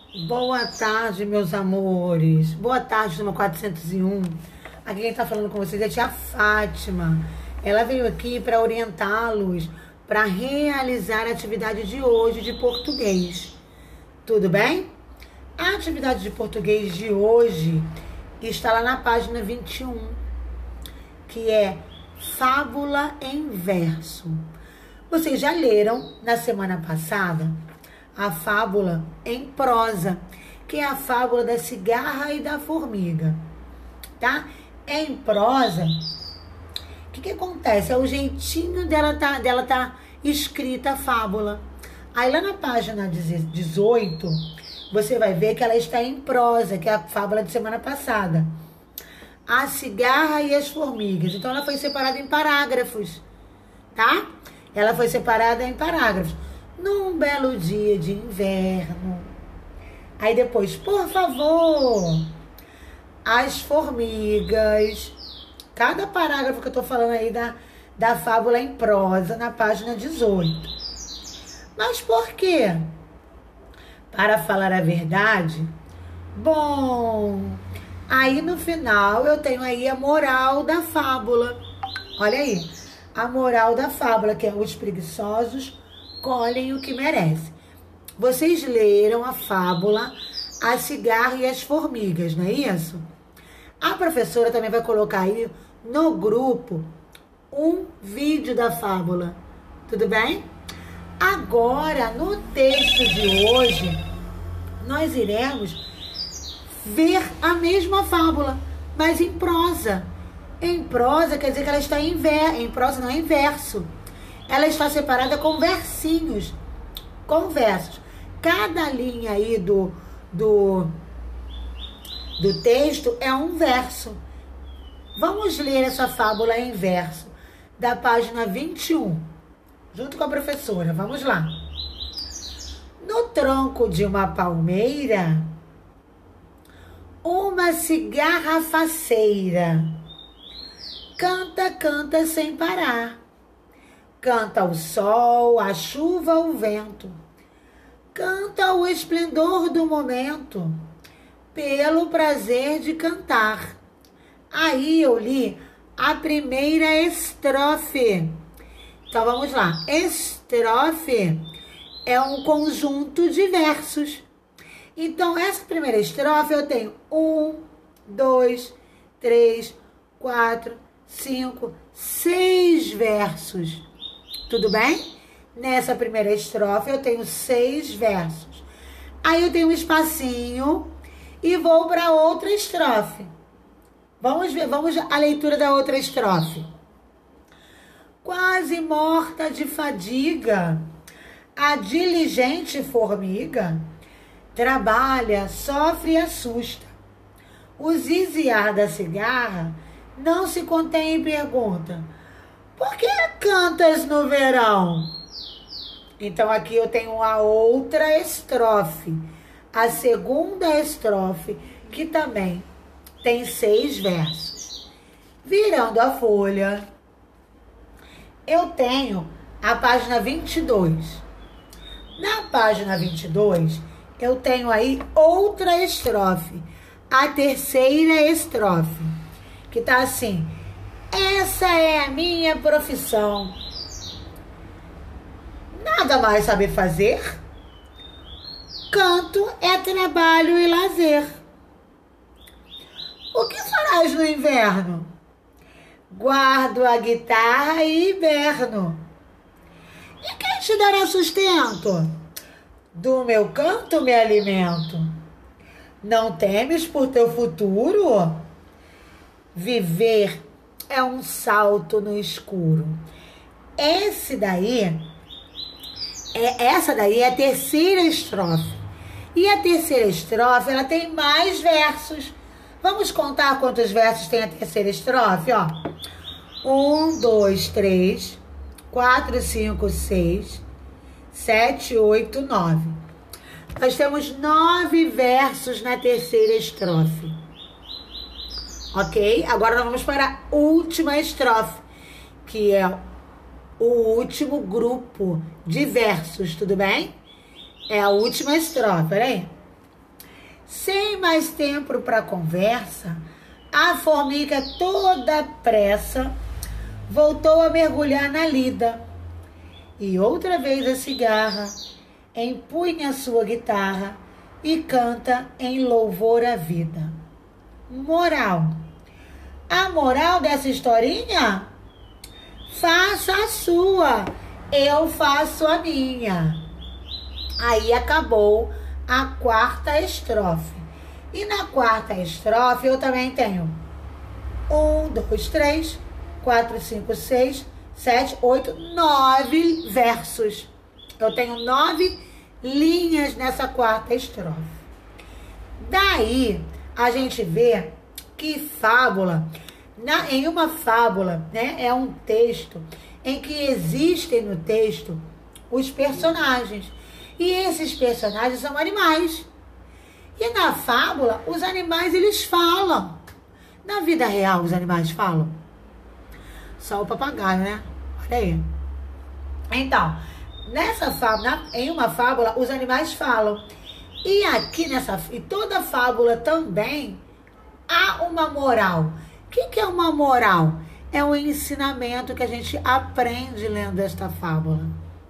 Boa tarde, meus amores. Boa tarde, turma 401. Aqui quem tá falando com vocês é a tia Fátima. Ela veio aqui para orientá-los para realizar a atividade de hoje de português. Tudo bem? A atividade de português de hoje está lá na página 21, que é fábula em verso. Vocês já leram na semana passada a fábula em prosa, que é a fábula da cigarra e da formiga, tá? Em prosa, o que acontece? É o jeitinho dela tá escrita a fábula. Aí lá na página 18, você vai ver que ela está em prosa, que é a fábula de semana passada. A cigarra e as formigas. Então ela foi separada em parágrafos, tá? Ela foi separada em parágrafos. Num belo dia de inverno. Aí depois, por favor, as formigas. Cada parágrafo que eu tô falando aí da fábula em prosa, na página 18. Mas por quê? Para falar a verdade, bom, aí no final eu tenho aí a moral da fábula. Olha aí, a moral da fábula, que é os preguiçosos colhem o que merecem. Vocês leram a fábula A Cigarra e as Formigas, não é isso? A professora também vai colocar aí no grupo um vídeo da fábula. Tudo bem? Agora, no texto de hoje, nós iremos ver a mesma fábula, mas em prosa. Em prosa quer dizer que ela está em prosa, não é em verso. Ela está separada com versinhos, com versos. Cada linha aí do texto é um verso. Vamos ler essa fábula em verso, da página 21, junto com a professora. Vamos lá. No tronco de uma palmeira, uma cigarra faceira canta, canta sem parar. Canta o sol, a chuva, o vento. Canta o esplendor do momento, pelo prazer de cantar. Aí eu li a primeira estrofe. Então vamos lá. Estrofe é um conjunto de versos. Então essa primeira estrofe eu tenho 1, 2, 3, 4, 5, 6 versos. Tudo bem? Nessa primeira estrofe eu tenho 6 versos. Aí eu tenho um espacinho e vou para outra estrofe. Vamos ver, vamos a leitura da outra estrofe. Quase morta de fadiga, a diligente formiga trabalha, sofre e assusta. O ziziar da cigarra não se contém e pergunta: por que cantas no verão? Então aqui eu tenho a outra estrofe, a segunda estrofe, que também tem 6 versos. Virando a folha, eu tenho a página 22. Na página 22, eu tenho aí outra estrofe, a terceira estrofe, que tá assim: essa é a minha profissão. Nada mais saber fazer. Canto é trabalho e lazer. O que farás no inverno? Guardo a guitarra e hiberno. E quem te dará sustento? Do meu canto me alimento. Não temes por teu futuro? Viver é um salto no escuro. Essa daí é a terceira estrofe. E a terceira estrofe, ela tem mais versos. Vamos contar quantos versos tem a terceira estrofe, ó. 1, 2, 3, 4, 5, 6, 7, 8, 9. Nós temos 9 versos na terceira estrofe. Ok? Agora nós vamos para a última estrofe, que é o último grupo de versos, tudo bem? É a última estrofe, peraí. Sem mais tempo para conversa, a formiga toda pressa voltou a mergulhar na lida. E outra vez a cigarra empunha sua guitarra e canta em louvor à vida. Moral. A moral dessa historinha? Faça a sua, eu faço a minha. Aí acabou a quarta estrofe. E na quarta estrofe eu também tenho 1, 2, 3, 4, 5, 6, 7, 8, 9 versos. Eu tenho 9 linhas nessa quarta estrofe. Daí a gente vê que fábula, em uma fábula, né, é um texto em que existem no texto os personagens. E esses personagens são animais. E na fábula, os animais, eles falam. Na vida real, os animais falam. Só o papagaio, né? Olha aí. Então, nessa fábula, em uma fábula, os animais falam. E aqui e toda fábula também há uma moral. O que é uma moral? É um ensinamento que a gente aprende lendo esta fábula.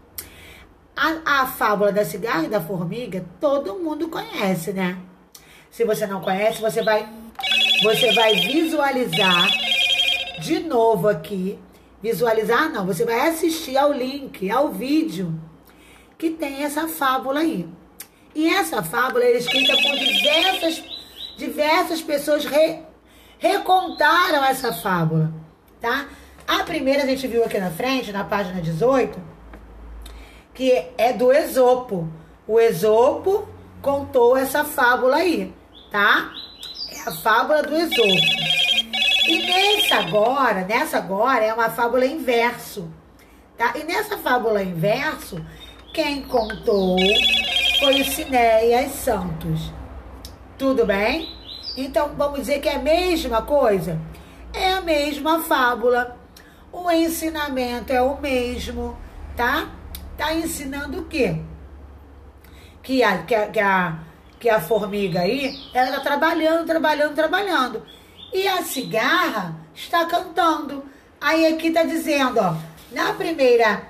A fábula da cigarra e da formiga, todo mundo conhece, né? Se você não conhece, você vai visualizar de novo aqui. Visualizar não, você vai assistir ao link, ao vídeo que tem essa fábula aí. E essa fábula é escrita por diversas pessoas recontaram essa fábula, tá? A primeira a gente viu aqui na frente, na página 18, que é do Esopo. O Esopo contou essa fábula aí, tá? É a fábula do Esopo. E nessa agora é uma fábula em verso, tá? E nessa fábula em verso, quem contou foi o Cinéias Santos. Tudo bem? Então, vamos dizer que é a mesma coisa? É a mesma fábula. O ensinamento é o mesmo, tá? Tá ensinando o quê? Que a formiga aí, ela tá trabalhando. E a cigarra está cantando. Aí aqui tá dizendo, ó, na primeira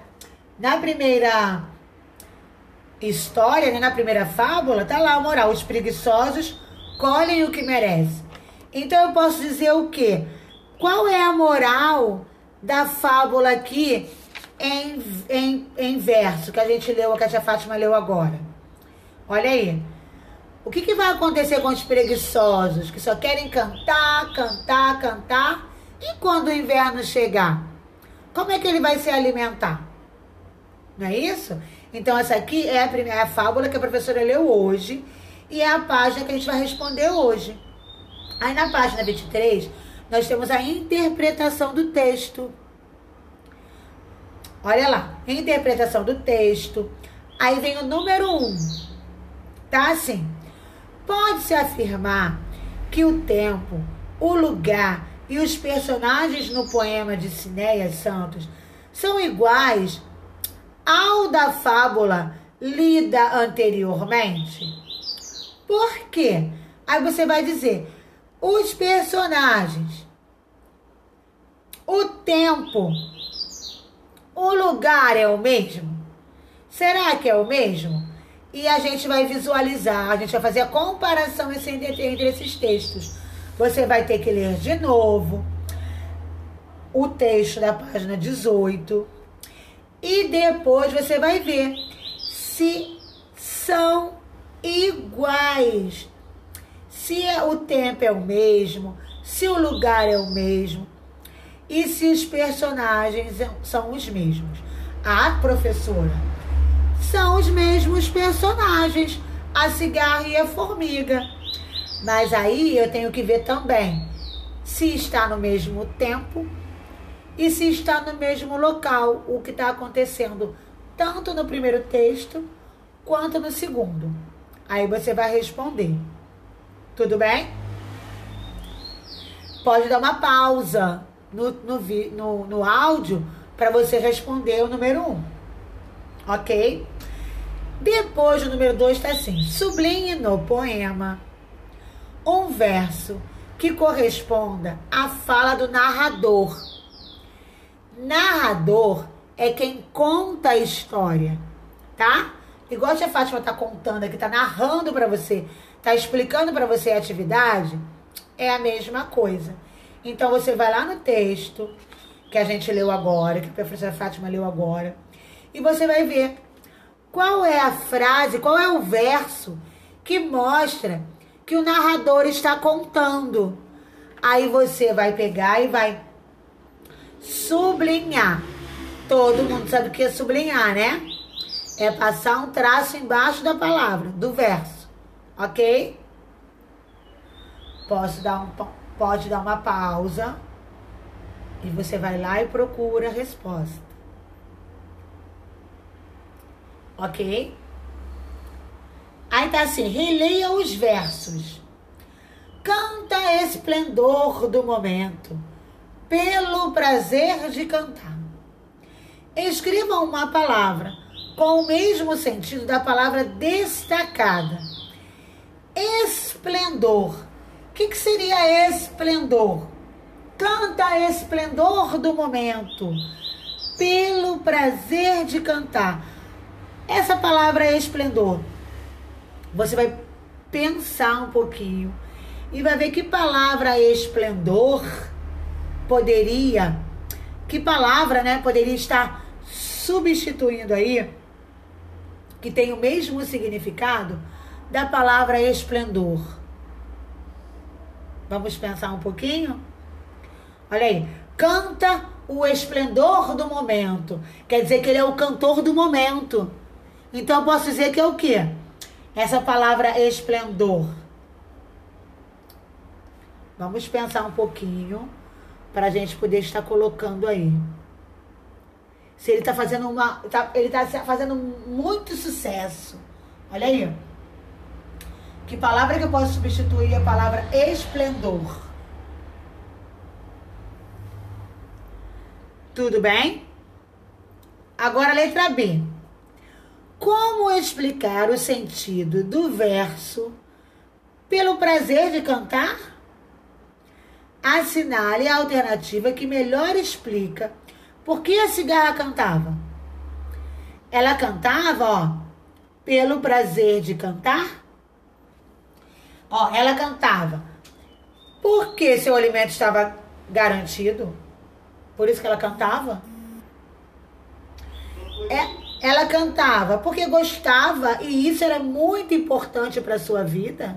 história, né, na primeira fábula, tá lá a moral: os preguiçosos colhem o que merecem. Então eu posso dizer o quê? Qual é a moral da fábula aqui em verso, que a gente leu, que a tia Fátima leu agora? Olha aí. O que vai acontecer com os preguiçosos, que só querem cantar? E quando o inverno chegar? Como é que ele vai se alimentar? Não é isso? Então essa aqui é a fábula que a professora leu hoje e é a página que a gente vai responder hoje. Aí na página 23, nós temos a interpretação do texto. Olha lá, interpretação do texto. Aí vem o número 1. Tá assim: pode-se afirmar que o tempo, o lugar e os personagens no poema de Cinéias Santos são iguais ao da fábula lida anteriormente? Por quê? Aí você vai dizer: os personagens, o tempo, o lugar é o mesmo? Será que é o mesmo? E a gente vai visualizar, a gente vai fazer a comparação entre esses textos. Você vai ter que ler de novo o texto da página 18 e depois você vai ver se são iguais, se o tempo é o mesmo, se o lugar é o mesmo e se os personagens são os mesmos. Ah, professora, são os mesmos personagens, a cigarra e a formiga. Mas aí eu tenho que ver também se está no mesmo tempo e se está no mesmo local, o que está acontecendo tanto no primeiro texto quanto no segundo. Aí você vai responder. Tudo bem? Pode dar uma pausa no áudio para você responder o número 1. Ok? Depois do número 2 está assim: sublinhe no poema um verso que corresponda à fala do narrador. Narrador é quem conta a história, tá? Igual a tia Fátima tá contando aqui, tá narrando para você, tá explicando para você a atividade, é a mesma coisa. Então você vai lá no texto que a gente leu agora, que a professora Fátima leu agora, e você vai ver qual é a frase, qual é o verso que mostra que o narrador está contando. Aí você vai pegar e vai sublinhar. Todo mundo sabe o que é sublinhar, né? É passar um traço embaixo da palavra, do verso, ok? Pode dar uma pausa e você vai lá e procura a resposta, ok? Aí tá assim, releia os versos. Canta esplendor do momento, pelo prazer de cantar. Escreva uma palavra com o mesmo sentido da palavra destacada. Esplendor. O que seria esplendor? Canta esplendor do momento, pelo prazer de cantar. Essa palavra é esplendor. Você vai pensar um pouquinho e vai ver que palavra esplendor poderia, poderia estar substituindo aí, que tem o mesmo significado da palavra esplendor. Vamos pensar um pouquinho? Olha aí, canta o esplendor do momento. Quer dizer que ele é o cantor do momento. Então eu posso dizer que é o quê? Essa palavra esplendor. Vamos pensar um pouquinho para a gente poder estar colocando aí. Se ele está fazendo ele está fazendo muito sucesso. Olha aí. Que palavra que eu posso substituir a palavra esplendor? Tudo bem? Agora a letra B. Como explicar o sentido do verso pelo prazer de cantar? Assinale a alternativa que melhor explica por que a cigarra cantava. Ela cantava, pelo prazer de cantar. Ela cantava porque seu alimento estava garantido. Por isso que ela cantava. Ela cantava porque gostava e isso era muito importante para a sua vida.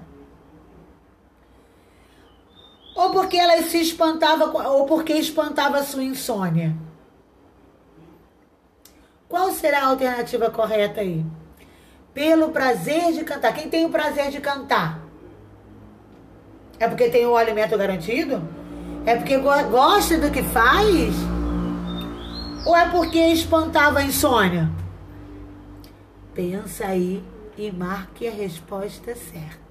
Ou porque ela se espantava, ou porque espantava a sua insônia. Qual será a alternativa correta aí? Pelo prazer de cantar. Quem tem o prazer de cantar? É porque tem o alimento garantido? É porque gosta do que faz? Ou é porque espantava a insônia? Pensa aí e marque a resposta certa.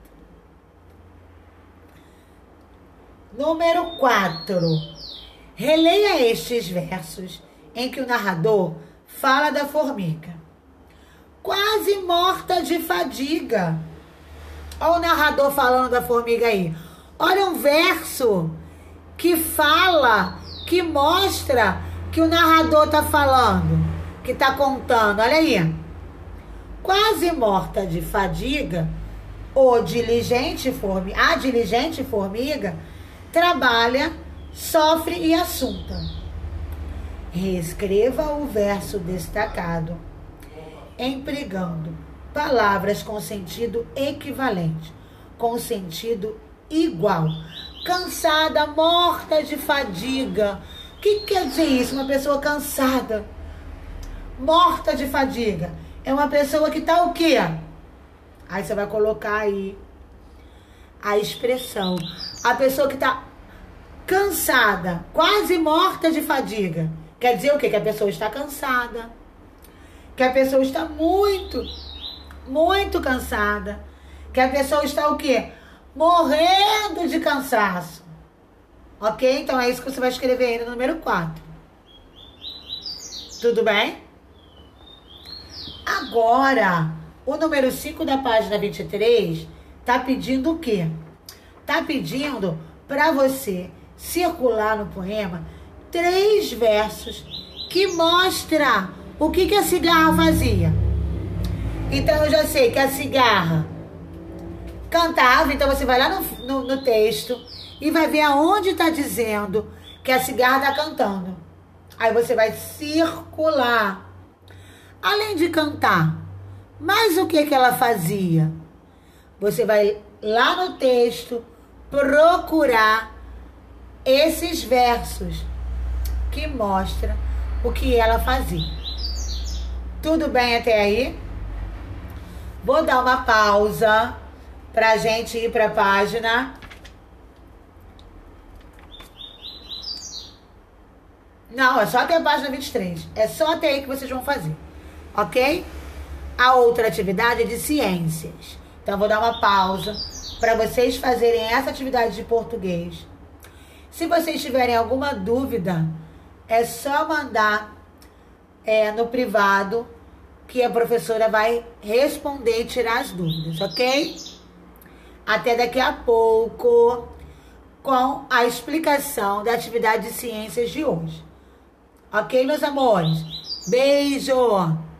Número 4. Releia estes versos em que o narrador fala da formiga. Quase morta de fadiga. Olha o narrador falando da formiga aí. Olha um verso que fala, que mostra que o narrador está falando, que está contando. Olha aí. Quase morta de fadiga, a diligente formiga trabalha, sofre e assunta. Reescreva o verso destacado, empregando palavras com sentido equivalente, com sentido igual. Cansada, morta de fadiga. O que quer dizer isso? Uma pessoa cansada, morta de fadiga. É uma pessoa que está o quê? Aí você vai colocar aí a expressão. A pessoa que está cansada, quase morta de fadiga. Quer dizer o quê? Que a pessoa está cansada. Que a pessoa está muito, muito cansada. Que a pessoa está o quê? Morrendo de cansaço. Ok? Então é isso que você vai escrever aí no número 4. Tudo bem? Agora, o número 5 da página 23 está pedindo o quê? tá pedindo para você circular no poema 3 versos que mostra o que a cigarra fazia. Então eu já sei que a cigarra cantava, então você vai lá no texto e vai ver aonde está dizendo que a cigarra está cantando. Aí você vai circular. Além de cantar, mas o que ela fazia? Você vai lá no texto procurar esses versos que mostram o que ela fazia. Tudo bem até aí? Vou dar uma pausa pra gente ir pra página. Não, é só até a página 23. É só até aí que vocês vão fazer. Ok? A outra atividade é de ciências. Então, vou dar uma pausa para vocês fazerem essa atividade de português. Se vocês tiverem alguma dúvida, é só mandar no privado que a professora vai responder e tirar as dúvidas, ok? Até daqui a pouco com a explicação da atividade de ciências de hoje. Ok, meus amores? Beijo!